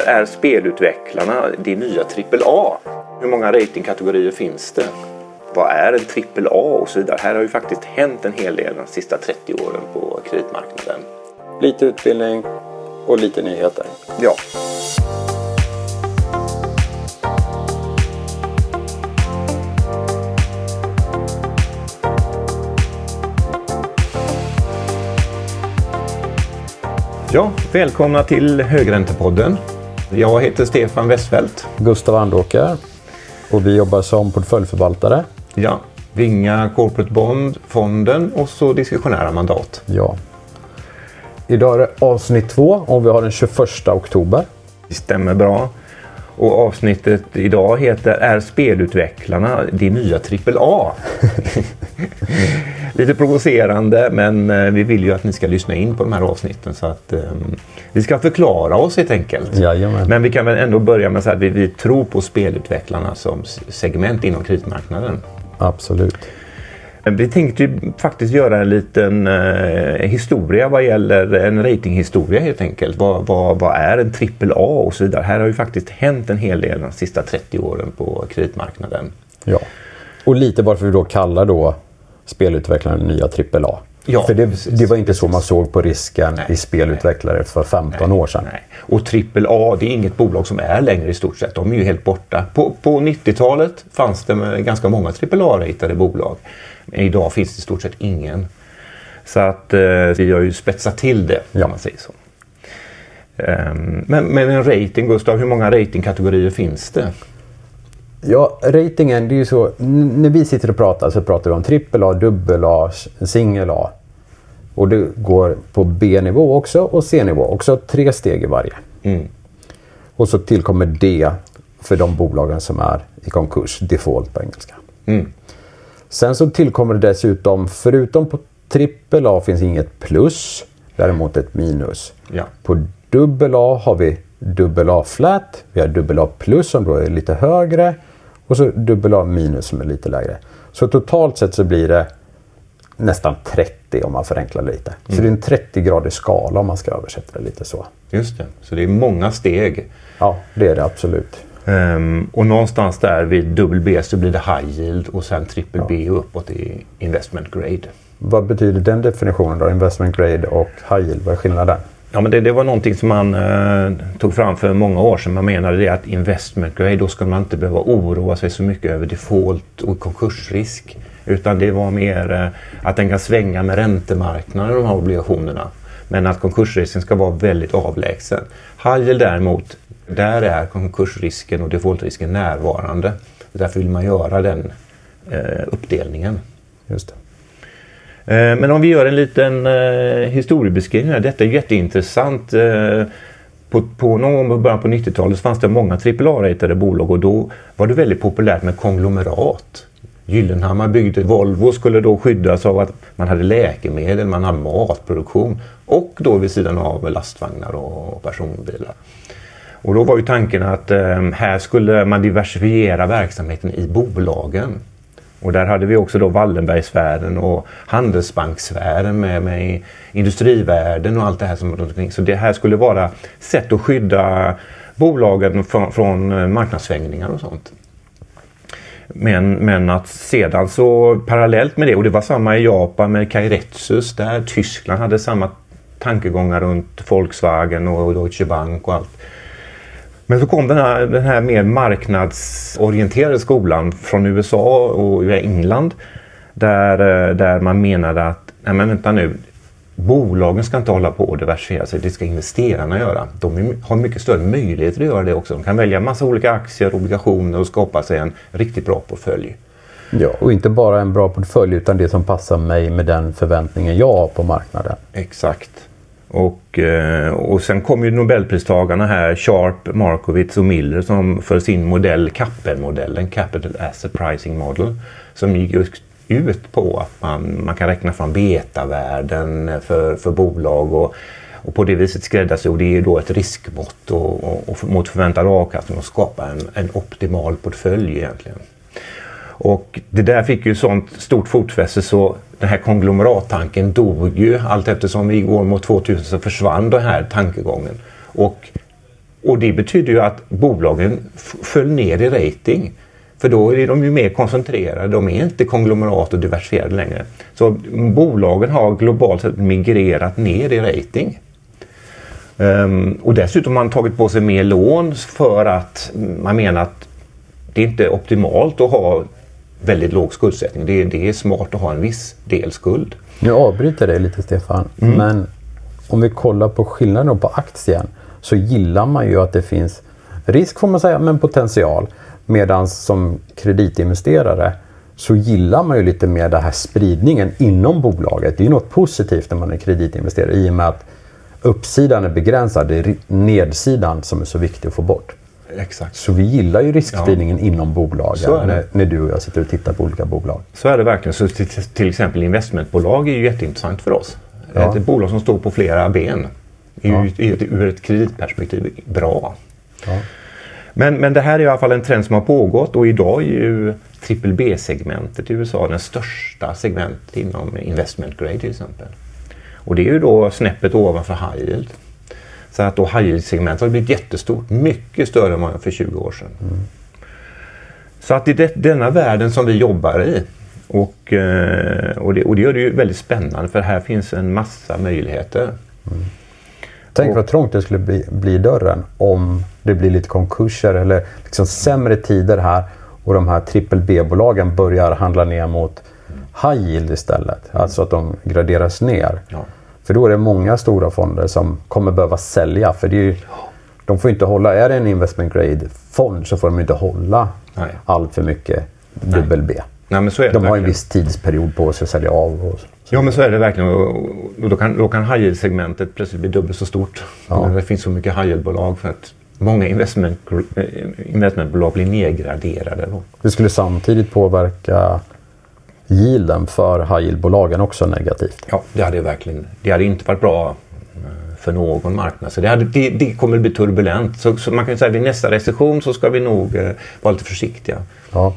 är spelutvecklarna det nya AAA? Hur många ratingkategorier finns det? Vad är en AAA och så vidare? Här har ju faktiskt hänt en hel del de sista 30 åren på kreditmarknaden. Lite utbildning och lite nyheter. Ja. Ja, välkomna till Högräntepodden. Jag heter Stefan Westfeldt. Gustav Andåker. Och vi jobbar som portföljförvaltare. Ja, Vinga Corporate Bond-fonden och så diskretionära mandat. Ja. Idag är det avsnitt 2 och vi har den 21 oktober. Det stämmer bra. Och avsnittet idag heter Är spelutvecklarna det nya AAA? Lite provocerande, men vi vill ju att ni ska lyssna in på de här avsnitten så att vi ska förklara oss helt enkelt. Jajamän. Men vi kan väl ändå börja med att säga att vi tror på spelutvecklarna som segment inom kreditmarknaden. Absolut. Vi tänkte ju faktiskt göra en liten historia vad gäller en ratinghistoria helt enkelt. Vad är en AAA och så vidare. Här har ju faktiskt hänt en hel del de sista 30 åren på kreditmarknaden. Ja, och lite varför vi då kallar då spelutvecklarna nya AAA. Ja, för det var inte så man såg på risken i spelutvecklare för 15 år sedan. Nej. Och AAA, det är inget bolag som är längre i stort sett. De är ju helt borta. På 90-talet fanns det ganska många AAA-ratade bolag. Men idag finns det i stort sett ingen. Så att vi har ju spetsat till det, kan man säga så. Men en rating, Gustav, hur många ratingkategorier finns det? Ja, ratingen, det är ju så, när vi sitter och pratar så pratar vi om AAA, AA, single A. Och det går på B-nivå också och C-nivå, också 3 steg i varje. Mm. Och så tillkommer D för de bolagen som är i konkurs, default på engelska. Mm. Sen så tillkommer det dessutom, förutom på AAA finns inget plus, däremot ett minus. Ja. På AA har vi AA flat, vi har AA plus som då är lite högre och så AA minus som är lite lägre. Så totalt sett så blir det nästan 30 om man förenklar lite. Så det är en 30-gradig skala om man ska översätta det lite så. Just det, så det är många steg. Ja, det är det absolut. Och någonstans där vid BB så blir det high yield och sen BBB och uppåt i investment grade. Vad betyder den definitionen då? Investment grade och high yield, vad är skillnaden? Ja, men det var någonting som man tog fram för många år sedan. Man menade det att investment grade, då ska man inte behöva oroa sig så mycket över default och konkursrisk. Utan det var mer att den kan svänga med räntemarknaden, de här obligationerna. Men att konkursrisken ska vara väldigt avlägsen. High yield däremot, där är konkursrisken och defaultrisken närvarande. Därför vill man göra den uppdelningen. Just det. Men om vi gör en liten historiebeskrivning här. Detta är jätteintressant. På någon gång i början på 90-talet fanns det många AAA-ratade bolag och då var det väldigt populärt med konglomerat. Gyllenhammar byggde Volvo, skulle då skyddas av att man hade läkemedel, man hade matproduktion och då vid sidan av lastvagnar och personbilar. Och då var ju tanken att här skulle man diversifiera verksamheten i bolagen. Och där hade vi också då Wallenbergsfären och Handelsbanksfären med industrivärden och allt det här som runt omkring. Så det här skulle vara sätt att skydda bolagen från marknadssvängningar och sånt. Men att sedan så parallellt med det, och det var samma i Japan med Kairetsus, där Tyskland hade samma tankegångar runt Volkswagen och Deutsche Bank och allt. Men så kom den här mer marknadsorienterade skolan från USA och England där man menade att nej men vänta nu, bolagen ska inte hålla på och diversifiera sig, det ska investerarna göra. De har mycket större möjligheter att göra det också. De kan välja massa olika aktier, obligationer och skapa sig en riktigt bra portfölj. Ja, och inte bara en bra portfölj utan det som passar mig med den förväntningen jag har på marknaden. Exakt. Och sen kom ju Nobelpristagarna här, Sharp, Markowitz och Miller, som för sin modell, CAPM-modellen, Capital Asset Pricing Model, som gick just ut på att man kan räkna fram betavärden för bolag och på det viset skräddarsy, och det är då ett riskmått och mot förväntad avkastning och skapa en optimal portfölj egentligen. Och det där fick ju sånt stort fotfäste så den här konglomerattanken dog ju allt eftersom vi går mot 2000 så försvann den här tankegången. Och Och det betyder ju att bolagen föll ner i rating. För då är de ju mer koncentrerade, de är inte konglomerat och diversifierade längre. Så bolagen har globalt sett migrerat ner i rating. Och dessutom har man tagit på sig mer lån för att man menar att det inte är optimalt att ha väldigt låg skuldsättning. Det är smart att ha en viss del skuld. Nu avbryter det lite, Stefan. Men om vi kollar på skillnaden på aktien så gillar man ju att det finns risk, får man säga, men potential. Medan som kreditinvesterare så gillar man ju lite mer den här spridningen inom bolaget. Det är ju något positivt när man är kreditinvesterare i och med att uppsidan är begränsad. Det är nedsidan som är så viktig att få bort. Exakt. Så vi gillar ju riskspridningen inom bolagen när du och jag sitter och tittar på olika bolag. Så är det verkligen. Så till exempel investmentbolag är ju jätteintressant för oss. Ja. Ett bolag som står på flera ben är ju ur ett kreditperspektiv bra. Ja. Men det här är i alla fall en trend som har pågått och idag är ju BBB-segmentet i USA den största segmentet inom investment grade till exempel. Och det är ju då snäppet ovanför high yield. Så att då high yield-segmentet har blivit jättestort, mycket större än för 20 år sedan. Så att det är denna världen som vi jobbar i och det gör det ju väldigt spännande för här finns en massa möjligheter. Tänk vad trångt det skulle bli dörren om det blir lite konkurser eller liksom sämre tider här och de här BBB-bolagen börjar handla ner mot high yield istället. Alltså att de graderas ner. Ja. För då är det många stora fonder som kommer behöva sälja. För det är ju, de får inte hålla, är det en investment grade fond så får de inte hålla allt för mycket BBB. Nej, men så är det de har verkligen. En viss tidsperiod på sig att sälja av. Och ja, men så är det verkligen. Och då kan high yield-segmentet plötsligt bli dubbelt så stort. Ja. Det finns så mycket high yield-bolag för att många investmentbolag blir nedgraderade. Då. Det skulle samtidigt påverka yielden för high yield-bolagen också negativt. Ja, det hade verkligen. Det hade inte varit bra för någon marknad. Så det kommer bli turbulent. Så man kan säga att vid nästa recession så ska vi nog vara lite försiktiga. Ja.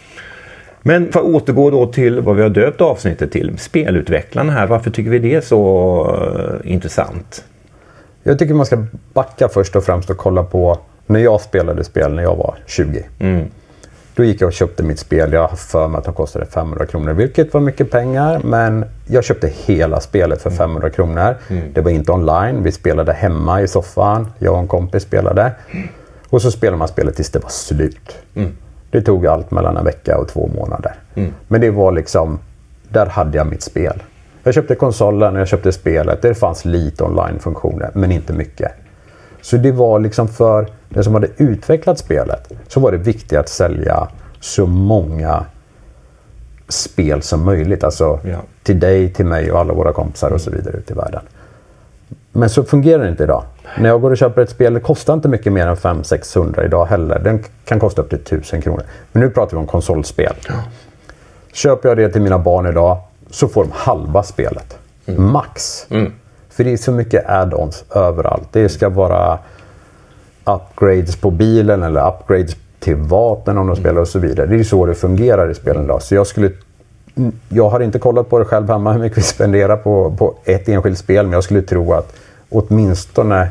Men för att återgå då till vad vi har döpt avsnittet till. Spelutvecklarna här. Varför tycker vi det är så intressant? Jag tycker man ska backa först och främst och kolla på när jag spelade spel när jag var 20. Då gick jag och köpte mitt spel. Jag har för mig att det kostade 500 kronor. Vilket var mycket pengar. Men jag köpte hela spelet för 500 kronor. Det var inte online. Vi spelade hemma i soffan. Jag och en kompis spelade. Och så spelade man spelet tills det var slut. Det tog allt mellan en vecka och 2 månader. Men det var liksom, där hade jag mitt spel. Jag köpte konsolen och jag köpte spelet. Det fanns lite online-funktioner, men inte mycket. Så det var liksom för den som hade utvecklat spelet så var det viktigt att sälja så många spel som möjligt. Alltså till dig, till mig och alla våra kompisar och så vidare ute i världen. Men så fungerar det inte idag. När jag går och köper ett spel, det kostar inte mycket mer än 500-600 idag heller. Den kan kosta upp till 1000 kronor. Men nu pratar vi om konsolspel. Köper jag det till mina barn idag så får de halva spelet. Max. För det är så mycket add-ons överallt. Det ska vara upgrades på bilen eller upgrades till vapen om de spelar och så vidare. Det är så det fungerar i spelen idag. Så jag har inte kollat på det själv hemma hur mycket vi spenderar på ett enskilt spel. Men jag skulle tro att åtminstone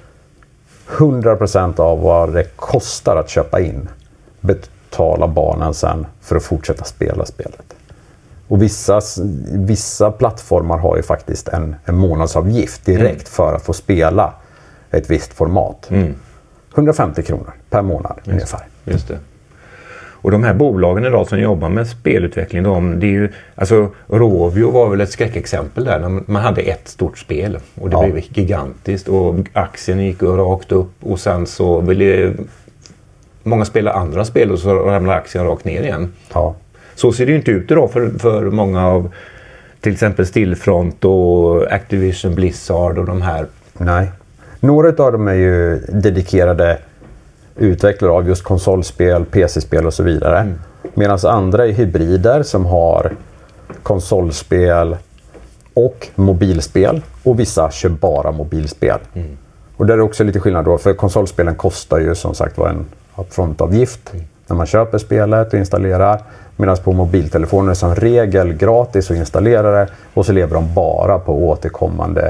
100% av vad det kostar att köpa in betalar barnen sen för att fortsätta spela spelet. Och vissa plattformar har ju faktiskt en månadsavgift direkt för att få spela ett visst format. 150 kronor per månad ungefär. Just det. Och de här bolagen idag som jobbar med spelutveckling, det är ju, alltså Rovio var väl ett skräckexempel där. Man hade ett stort spel och det blev gigantiskt och aktien gick rakt upp och sen så ville många spela andra spel och så ramlade aktien rakt ner igen. Ja. Så ser det ju inte ut idag för många av till exempel Stillfront och Activision, Blizzard och de här. Nej. Några av dem är ju dedikerade utvecklare av just konsolspel, PC-spel och så vidare. Medan andra är hybrider som har konsolspel och mobilspel. Och vissa kör bara mobilspel. Och där är också lite skillnad då. För konsolspelen kostar ju som sagt en upfrontavgift när man köper spelet och installerar. Medan på mobiltelefoner som regel gratis att installera det. Och så lever de bara på återkommande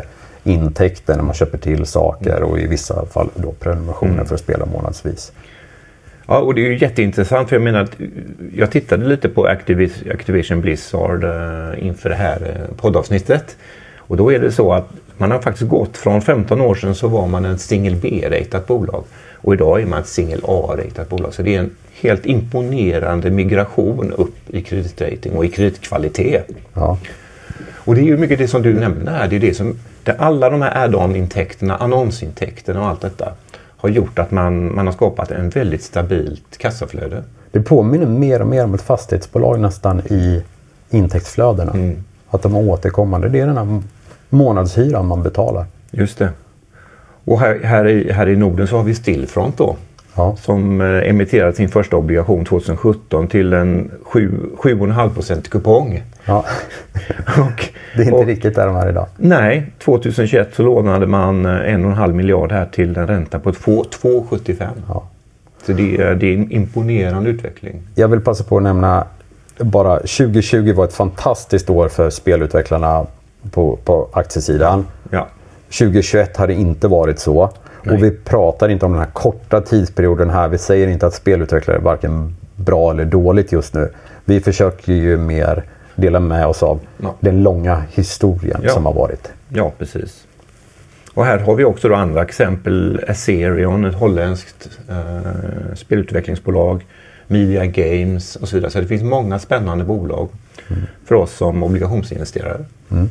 intäkter när man köper till saker och i vissa fall då prenumerationer för att spela månadsvis. Ja, och det är ju jätteintressant för jag menar att jag tittade lite på Activision Blizzard inför det här poddavsnittet. Och då är det så att man har faktiskt gått från 15 år sedan så var man en single B-ratat bolag. Och idag är man ett single A-ratat bolag. Så det är en helt imponerande migration upp i kreditrating och i kreditkvalitet. Ja. Och det är ju mycket det som du nämnde här. Det är det som, där alla de här add-on-intäkterna, annonsintäkterna och allt detta har gjort att man har skapat en väldigt stabilt kassaflöde. Det påminner mer och mer om ett fastighetsbolag nästan i intäktsflödena. Att de är återkommande. Det är den här månadshyran man betalar. Just det. Och här i Norden så har vi Stillfront då. Ja. Som emitterade sin första obligation 2017 till en 7,5% kupong. Ja. Det är inte riktigt där de är idag. Nej, 2021 så lånade man 1,5 miljard här till en ränta på 2,75. Ja. Så det är en imponerande utveckling. Jag vill passa på att nämna bara 2020 var ett fantastiskt år för spelutvecklarna på aktiesidan. Ja. 2021 har det inte varit så. Nej. Och vi pratar inte om den här korta tidsperioden här. Vi säger inte att spelutvecklare är varken bra eller dåligt just nu. Vi försöker ju mer dela med oss av den långa historien som har varit. Ja, precis. Och här har vi också då andra exempel. Azerion, ett holländskt spelutvecklingsbolag. Media Games och så vidare. Så det finns många spännande bolag för oss som obligationsinvesterare.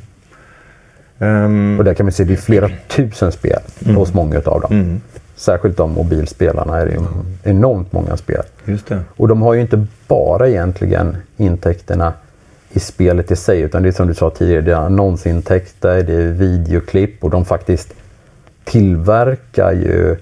Och där kan vi se det är flera tusen spel hos många av dem. Särskilt de mobilspelarna är det ju enormt många spel. Just det. Och de har ju inte bara egentligen intäkterna i spelet i sig, utan det är som du sa tidigare, det är annonsintäkter, det är videoklipp och de faktiskt tillverkar ju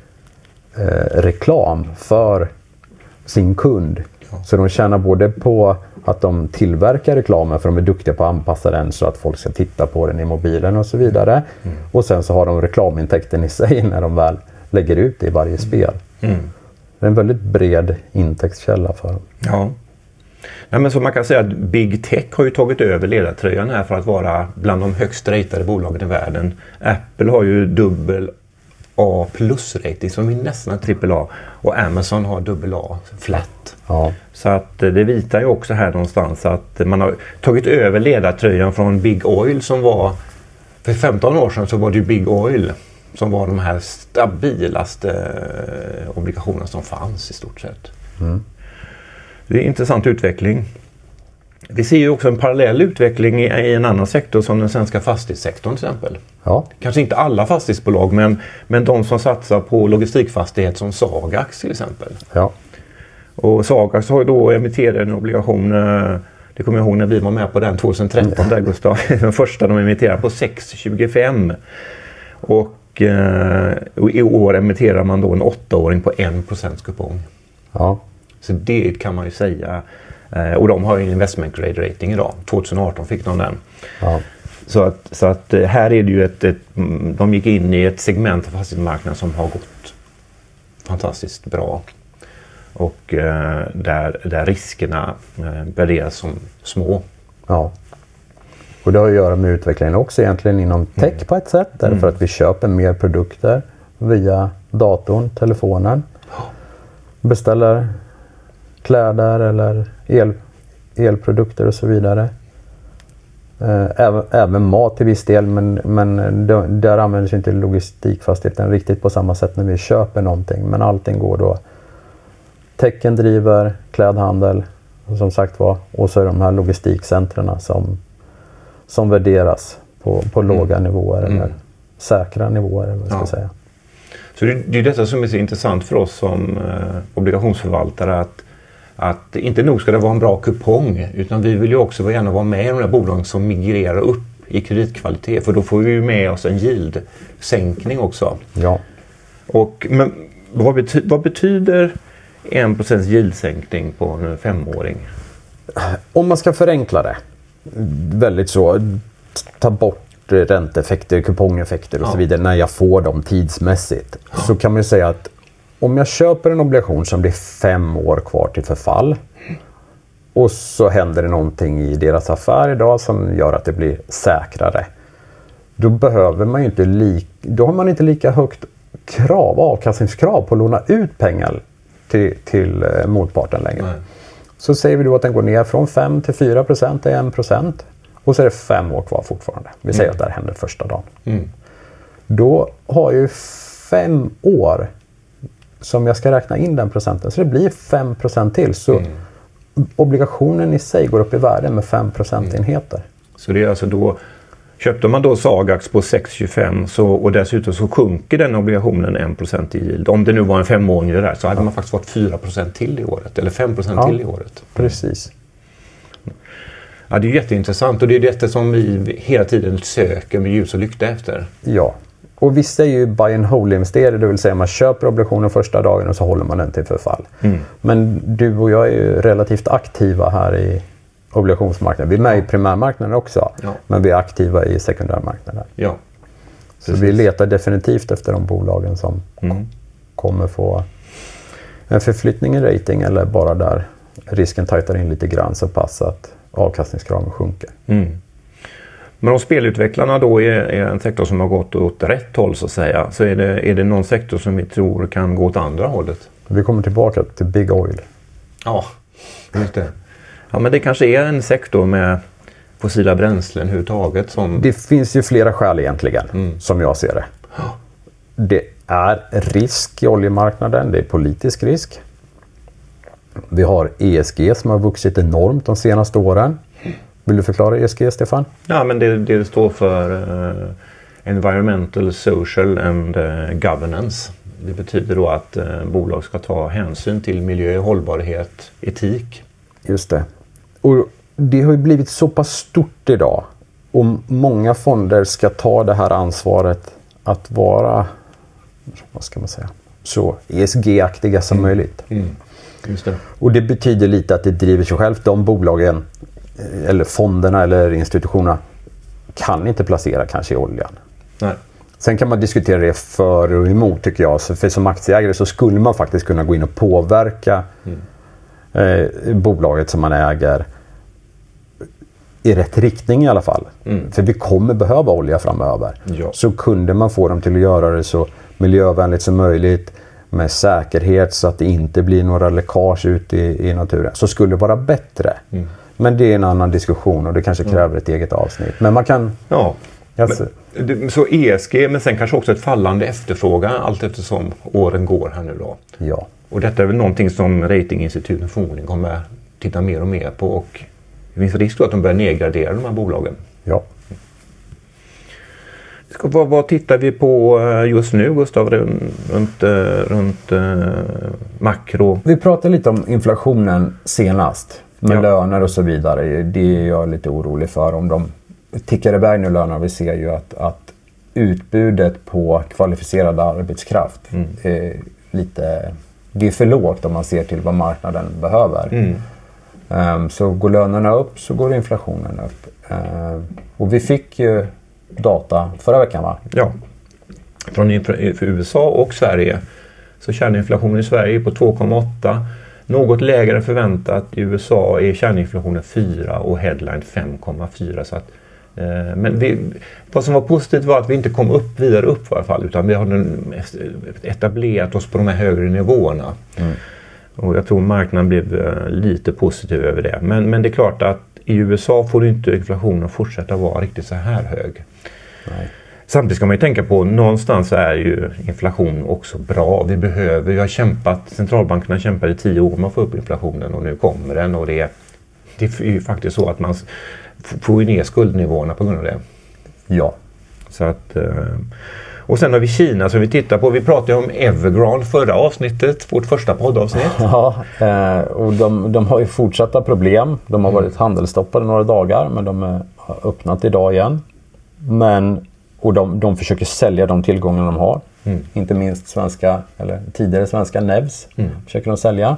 reklam för sin kund. Ja. Så de tjänar både på att de tillverkar reklamen för de är duktiga på att anpassa den så att folk ska titta på den i mobilen och så vidare. Och sen så har de reklamintäkten i sig när de väl lägger ut det i varje spel. Det är en väldigt bred intäktskälla för dem. Ja. Nej, men så man kan säga att Big Tech har ju tagit över ledartröjan här för att vara bland de högst ratade bolagen i världen. Apple har ju dubbel A plus rating som är nästan trippel A och Amazon har dubbel A flat. Ja. Så att det visar ju också här någonstans att man har tagit över ledartröjan från Big Oil som var för 15 år sedan så var det ju Big Oil som var de här stabilaste obligationerna som fanns i stort sett. Det är en intressant utveckling. Vi ser ju också en parallell utveckling i en annan sektor som den svenska fastighetssektorn till exempel. Ja. Kanske inte alla fastighetsbolag men de som satsar på logistikfastighet som Sagax till exempel. Ja. Och Sagax har ju då emitterat en obligation, det kommer jag ihåg när vi var med på den 2013 där Gustav, den första de emitterade på 6,25 och i år emitterar man då en 8-åring på 1% kupong. Ja. Så det kan man ju säga. Och de har ju en investment grade rating idag. 2018 fick de den. Ja. Så att här är det ju de gick in i ett segment av fastighetsmarknaden som har gått fantastiskt bra. Och där riskerna värderas som små. Ja. Och det har att göra med utvecklingen också egentligen inom tech på ett sätt. Därför att vi köper mer produkter via datorn, telefonen. Beställer kläder eller elprodukter och så vidare. Även mat till viss del, men där används inte logistikfastigheten riktigt på samma sätt när vi köper någonting. Men allting går då. Tecken driver klädhandel som sagt var, och så är de här logistikcentrarna som värderas på låga nivåer eller säkra nivåer eller vad man ska säga. Så det är detta som är så intressant för oss som obligationsförvaltare att inte nog ska det vara en bra kupong utan vi vill ju också gärna vara med i de här bolagen som migrerar upp i kreditkvalitet för då får vi ju med oss en yield-sänkning också. Ja. Men vad betyder 1% yield-sänkning på en 5-åring? Om man ska förenkla det väldigt så, ta bort ränteeffekter, kupongeffekter och så vidare när jag får dem tidsmässigt. Så kan man ju säga att om jag köper en obligation som blir 5 år kvar till förfall och så händer det någonting i deras affär idag som gör att det blir säkrare. då behöver man ju inte då har man inte lika högt avkastningskrav på att låna ut pengar till motparten längre. Nej. Så säger vi då att den går ner från 5 till 4% till 1%. Och så är det 5 år kvar fortfarande. Vi säger att det här händer första dagen. Då har jag ju 5 år som jag ska räkna in den procenten. Så det blir 5% till. Så obligationen i sig går upp i värde med 5 procentenheter. Så det är alltså då, köpte man då Sagax på 6,25 och dessutom så sjunker den obligationen 1% i yield. Om det nu var en 5-åring där så hade man faktiskt fått 4% till i året. Eller 5% till i året. Precis. Ja, det är jätteintressant och det är detta som vi hela tiden söker med ljus och lykta efter. Ja, och vissa är ju buy and hold investerare, det vill säga man köper obligationen första dagen och så håller man den till förfall. Men du och jag är ju relativt aktiva här i obligationsmarknaden. Vi är med i primärmarknaden också, men vi är aktiva i sekundärmarknaden. Ja. Så vi letar definitivt efter de bolagen som kommer få en förflyttning i rating eller bara där risken tajtar in lite grann så pass att avkastningskraven sjunker. Men om spelutvecklarna då är en sektor som har gått åt rätt håll så att säga, så är det någon sektor som vi tror kan gå åt andra hållet? Vi kommer tillbaka till Big Oil. Ja, just det. Ja, men det kanske är en sektor med fossila bränslen överhuvudtaget som... Det finns ju flera skäl egentligen, som jag ser det. Det är risk i oljemarknaden, det är politisk risk. Vi har ESG som har vuxit enormt de senaste åren. Vill du förklara ESG, Stefan? Ja, men det står för Environmental, Social and Governance. Det betyder då att bolag ska ta hänsyn till miljö, hållbarhet, etik. Just det. Och det har ju blivit så pass stort idag. Och många fonder ska ta det här ansvaret att vara, vad ska man säga, så ESG-aktiga som möjligt. Just det. Och det betyder lite att det driver sig självt. De bolagen eller fonderna eller institutionerna kan inte placera kanske i oljan. Nej. Sen kan man diskutera det för och emot tycker jag. För som aktieägare så skulle man faktiskt kunna gå in och påverka bolaget som man äger i rätt riktning i alla fall. För vi kommer behöva olja framöver. Ja. Så kunde man få dem till att göra det så miljövänligt som möjligt med säkerhet så att det inte blir några läckage ut i naturen. Så skulle det vara bättre. Men det är en annan diskussion och det kanske kräver ett eget avsnitt. Men man kan... Ja, så ESG men sen kanske också ett fallande efterfrågan allt eftersom åren går här nu då. Ja. Och detta är väl någonting som ratinginstituten förmodligen kommer titta mer och mer på och det finns risk då att de börjar nedgradera de här bolagen. Ja. Vad tittar vi på just nu, Gustav, runt makro? Vi pratade lite om inflationen senast med löner och så vidare. Det är jag lite orolig för om de tickar iväg nu löner. Vi ser ju att utbudet på kvalificerad arbetskraft är lite... Det är för lågt om man ser till vad marknaden behöver. Så går lönerna upp så går inflationen upp. Och vi fick ju data förra veckan, va? Ja, för USA och Sverige. Så kärninflationen i Sverige är på 2,8. Något lägre än förväntat. I USA är kärninflationen 4 och headline 5,4. Så att, men vad som var positivt var att vi inte kom vidare upp i alla fall. Utan vi har etablerat oss på de här högre nivåerna. Och jag tror marknaden blev lite positiv över det. Men det är klart att i USA får inte inflationen fortsätta vara riktigt så här hög. Nej. Samtidigt ska man ju tänka på att är ju inflation också bra. Vi har kämpat, centralbankerna kämpade i 10 år med att få upp inflationen och nu kommer den. Och det är ju faktiskt så att man får ner skuldnivåerna på grund av det. Ja. Så att... Och sen har vi Kina som vi tittar på. Vi pratade om Evergrande förra avsnittet, vårt första poddavsnitt. Ja, och de har ju fortsatta problem. De har varit handelsstoppade några dagar men de har öppnat idag igen. Och de försöker sälja de tillgångar de har. Inte minst tidigare svenska NEVs försöker de sälja.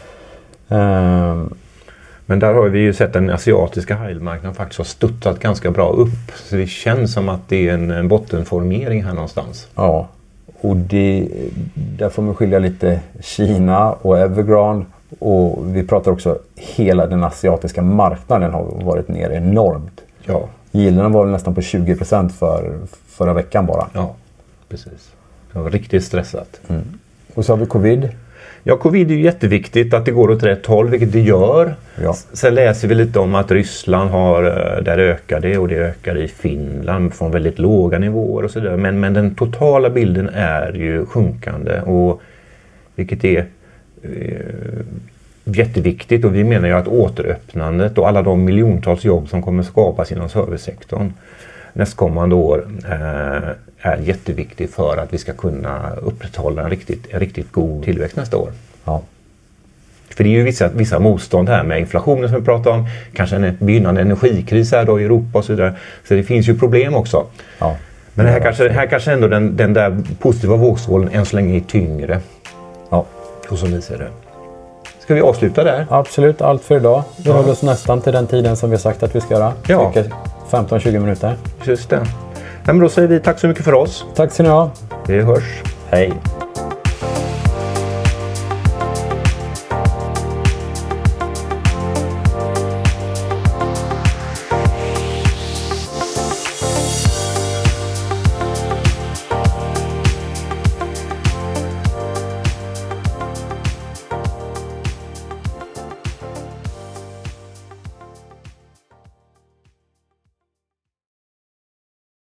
Men där har vi ju sett den asiatiska high-marknaden faktiskt har studsat ganska bra upp. Så det känns som att det är en bottenformering här någonstans. Ja, och där får man skilja lite Kina och Evergrande. Och vi pratar också hela den asiatiska marknaden har varit ner enormt. Ja. Yielderna var nästan på 20% för förra veckan bara. Ja, precis. Det var riktigt stressat. Och så har vi covid. Ja, covid är ju jätteviktigt att det går åt rätt håll, vilket det gör. Ja. Sen läser vi lite om att Ryssland där ökar det, och det ökar i Finland från väldigt låga nivåer och sådär. Men den totala bilden är ju sjunkande, och vilket är jätteviktigt. Och vi menar ju att återöppnandet och alla de miljontals jobb som kommer skapas inom servicesektorn nästkommande år är jätteviktigt för att vi ska kunna upprätthålla en riktigt god tillväxt nästa år. Ja. För det är ju vissa motstånd här med inflationen som vi pratar om, kanske en begynnande energikris här då i Europa och så vidare. Så det finns ju problem också. Ja. Men här kanske ändå den där positiva vågskålen än så länge är tyngre. Ja. Och som vi ser det. Ska vi avsluta där? Absolut, allt för idag. Vi håller oss nästan till den tiden som vi har sagt att vi ska göra. Ja. 15-20 minuter. Just det. Nej, men då säger vi tack så mycket för oss. Tack ska ni ha. Vi hörs. Hej.